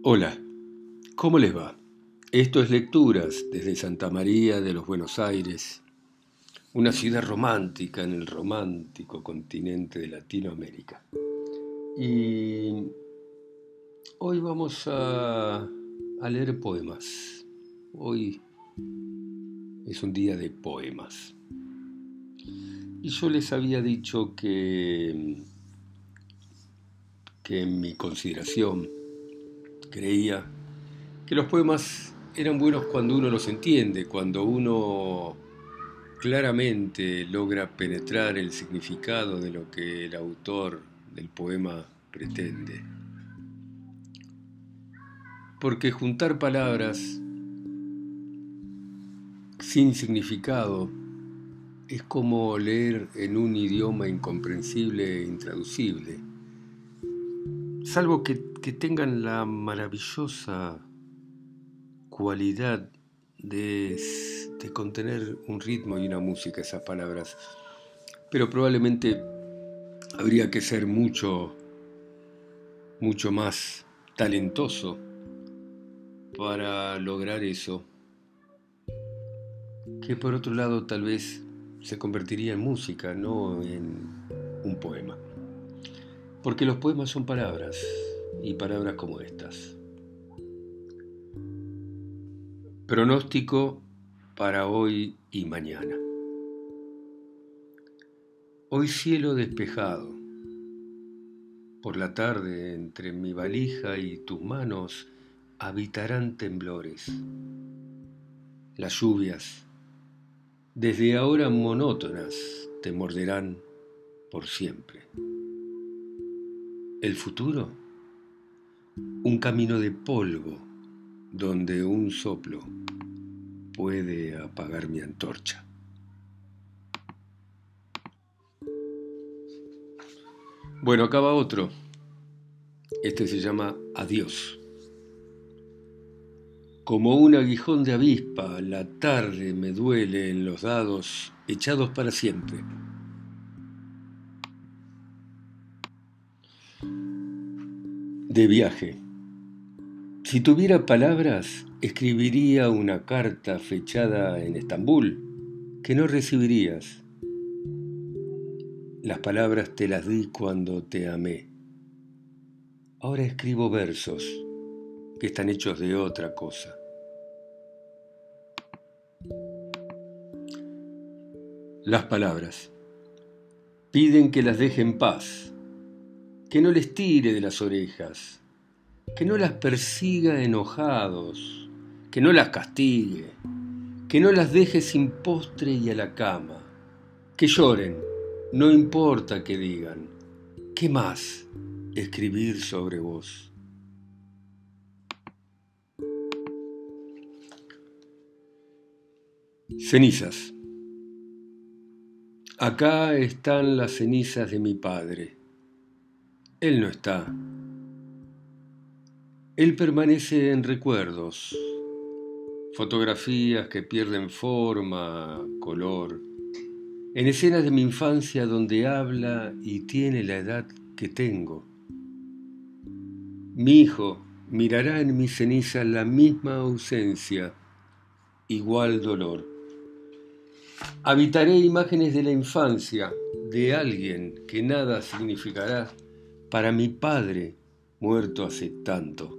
Hola, ¿cómo les va? Esto es Lecturas desde Santa María de los Buenos Aires, una ciudad romántica en el romántico continente de Latinoamérica. Y hoy vamos a leer poemas. Hoy es un día de poemas. Y yo les había dicho que en mi consideración creía que los poemas eran buenos cuando uno los entiende, cuando uno claramente logra penetrar el significado de lo que el autor del poema pretende. Porque juntar palabras sin significado es como leer en un idioma incomprensible e intraducible, salvo que tengan la maravillosa cualidad de contener un ritmo y una música, esas palabras. Pero probablemente habría que ser mucho más talentoso para lograr eso, que por otro lado tal vez se convertiría en música, no en un poema. Porque los poemas son palabras, y palabras como estas. Pronóstico para hoy y mañana. Hoy cielo despejado. Por la tarde, entre mi valija y tus manos, habitarán temblores. Las lluvias, desde ahora monótonas, te morderán por siempre. El futuro, un camino de polvo donde un soplo puede apagar mi antorcha. Bueno, acá va otro. Este se llama Adiós. Como un aguijón de avispa, la tarde me duele en los dados echados para siempre. De viaje. Si tuviera palabras, escribiría una carta fechada en Estambul, que no recibirías. Las palabras te las di cuando te amé. Ahora escribo versos que están hechos de otra cosa. Las palabras piden que las deje en paz, que no les tire de las orejas, que no las persiga enojados, que no las castigue, que no las deje sin postre y a la cama, que lloren, no importa que digan. ¿Qué más escribir sobre vos? Cenizas. Acá están las cenizas de mi padre. Él no está. Él permanece en recuerdos, fotografías que pierden forma, color, en escenas de mi infancia donde habla y tiene la edad que tengo. Mi hijo mirará en mis cenizas la misma ausencia, igual dolor. Habitaré imágenes de la infancia, de alguien que nada significará para mi padre muerto hace tanto.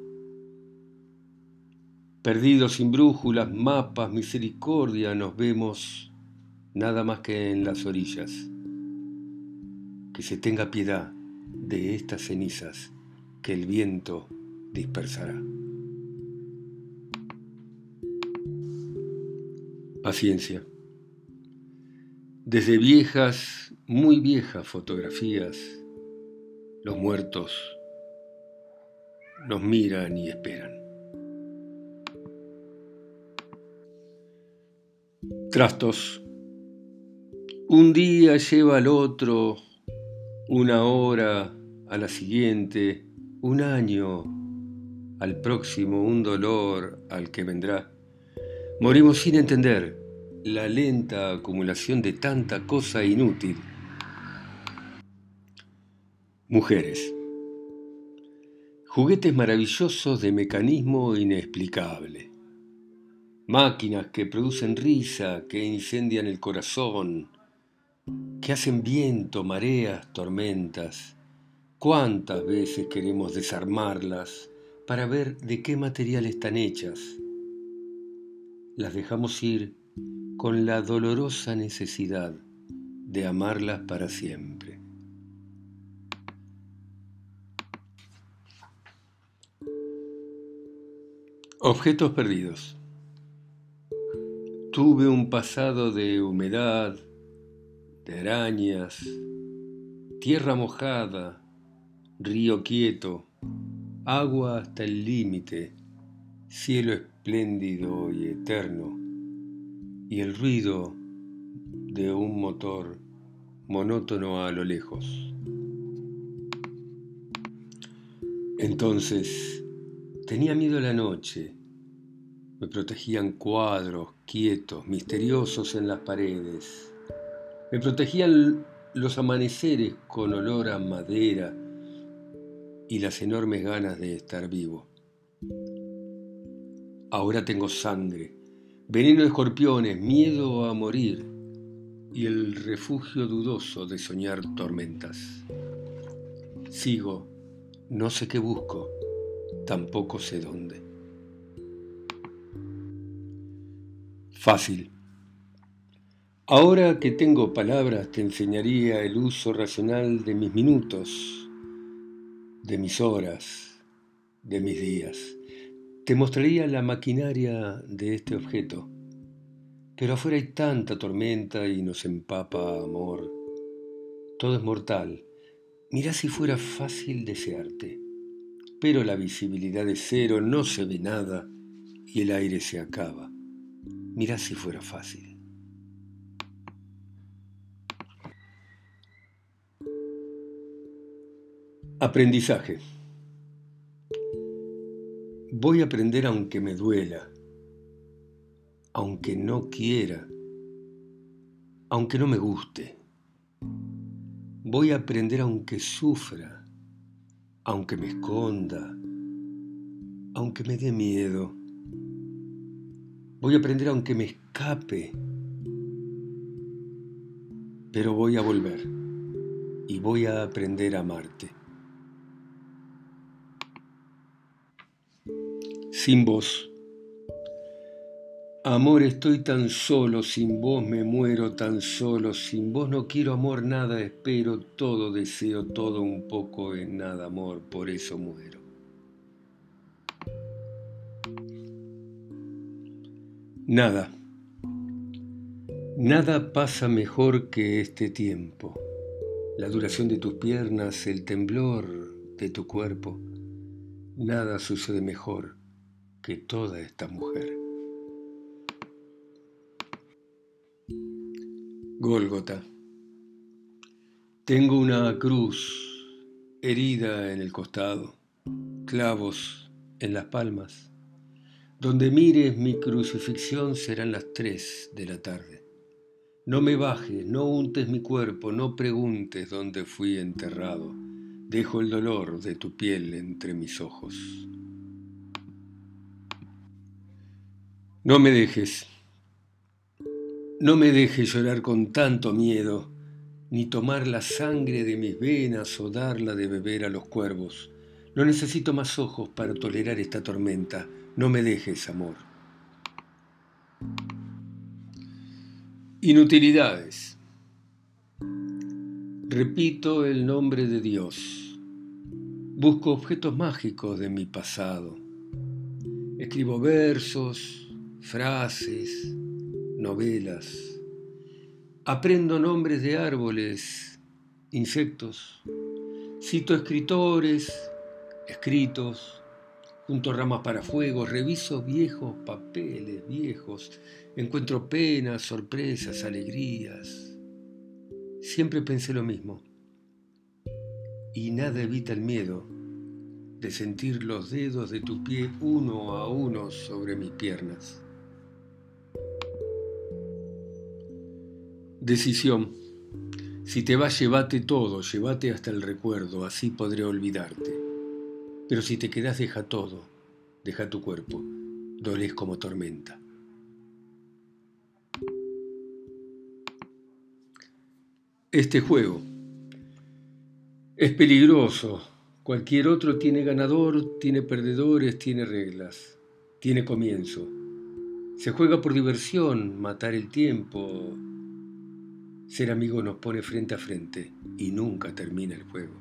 Perdidos sin brújulas, mapas, misericordia, nos vemos nada más que en las orillas. Que se tenga piedad de estas cenizas que el viento dispersará. Paciencia. Desde viejas, muy viejas fotografías, los muertos nos miran y esperan. Trastos. Un día lleva al otro, una hora a la siguiente, un año al próximo, un dolor al que vendrá. Morimos sin entender la lenta acumulación de tanta cosa inútil. Mujeres. Juguetes maravillosos de mecanismo inexplicable. Máquinas que producen risa, que incendian el corazón, que hacen viento, mareas, tormentas. ¿Cuántas veces queremos desarmarlas para ver de qué material están hechas? Las dejamos ir con la dolorosa necesidad de amarlas para siempre. Objetos perdidos. Tuve un pasado de humedad, de arañas, tierra mojada, río quieto, agua hasta el límite, cielo espléndido y eterno, y el ruido de un motor monótono a lo lejos. Entonces tenía miedo a la noche. Me protegían cuadros quietos, misteriosos en las paredes. Me protegían los amaneceres con olor a madera y las enormes ganas de estar vivo. Ahora tengo sangre, veneno de escorpiones, miedo a morir y el refugio dudoso de soñar tormentas. Sigo, no sé qué busco, tampoco sé dónde. Fácil. Ahora que tengo palabras te enseñaría el uso racional de mis minutos, de mis horas, de mis días. Te mostraría la maquinaria de este objeto. Pero afuera hay tanta tormenta y nos empapa amor. Todo es mortal. Mirá si fuera fácil desearte. Pero la visibilidad es cero, no se ve nada y el aire se acaba. Mirá si fuera fácil. Aprendizaje. Voy a aprender aunque me duela, aunque no quiera, aunque no me guste. Voy a aprender aunque sufra, aunque me esconda, aunque me dé miedo. Voy a aprender aunque me escape, pero voy a volver y voy a aprender a amarte. Sin vos. Amor, estoy tan solo, sin vos me muero tan solo, sin vos no quiero amor, nada espero, todo deseo, todo un poco en nada amor, por eso muero. Nada. Nada pasa mejor que este tiempo. La duración de tus piernas, el temblor de tu cuerpo. Nada sucede mejor que toda esta mujer. Gólgota. Tengo una cruz herida en el costado, clavos en las palmas. Donde mires mi crucifixión serán las 3 de la tarde. No me bajes, no untes mi cuerpo, no preguntes dónde fui enterrado. Dejo el dolor de tu piel entre mis ojos. No me dejes llorar con tanto miedo, ni tomar la sangre de mis venas o darla de beber a los cuervos. No necesito más ojos para tolerar esta tormenta. No me dejes, amor. Inutilidades. Repito el nombre de Dios. Busco objetos mágicos de mi pasado. Escribo versos, frases, novelas. Aprendo nombres de árboles, insectos. Cito escritores, escritos. Junto ramas para fuego, reviso viejos papeles viejos. Encuentro penas, sorpresas, alegrías. Siempre pensé lo mismo. Y nada evita el miedo de sentir los dedos de tu pie uno a uno sobre mis piernas. Decisión. Si te vas, llévate todo, llévate hasta el recuerdo, así podré olvidarte. Pero si te quedás, deja todo, deja tu cuerpo, dolés como tormenta. Este juego es peligroso. Cualquier otro tiene ganador, tiene perdedores, tiene reglas, tiene comienzo. Se juega por diversión, matar el tiempo. Ser amigo nos pone frente a frente y nunca termina el juego.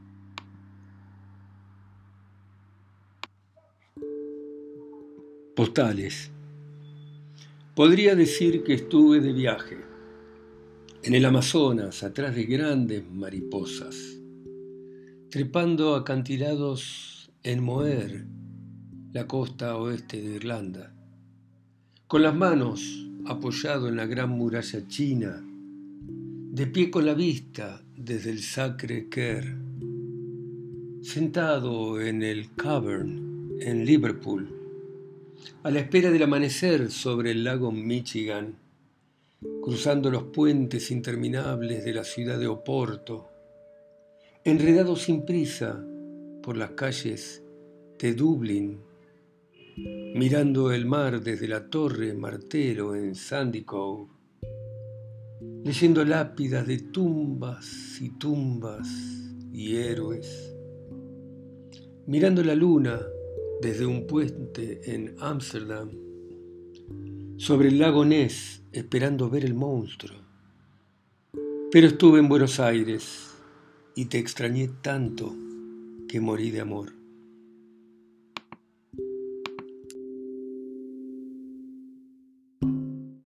Postales. Podría decir que estuve de viaje en el Amazonas, atrás de grandes mariposas, trepando acantilados en Moher, la costa oeste de Irlanda, con las manos apoyado en la gran muralla china, de pie con la vista desde el Sacré-Cœur, sentado en el Cavern en Liverpool, a la espera del amanecer sobre el lago Michigan, cruzando los puentes interminables de la ciudad de Oporto, enredado sin prisa por las calles de Dublín, mirando el mar desde la torre Martelo en Sandy Cove, leyendo lápidas de tumbas y héroes, mirando la luna desde un puente en Ámsterdam, sobre el lago Ness, esperando ver el monstruo. Pero estuve en Buenos Aires y te extrañé tanto que morí de amor.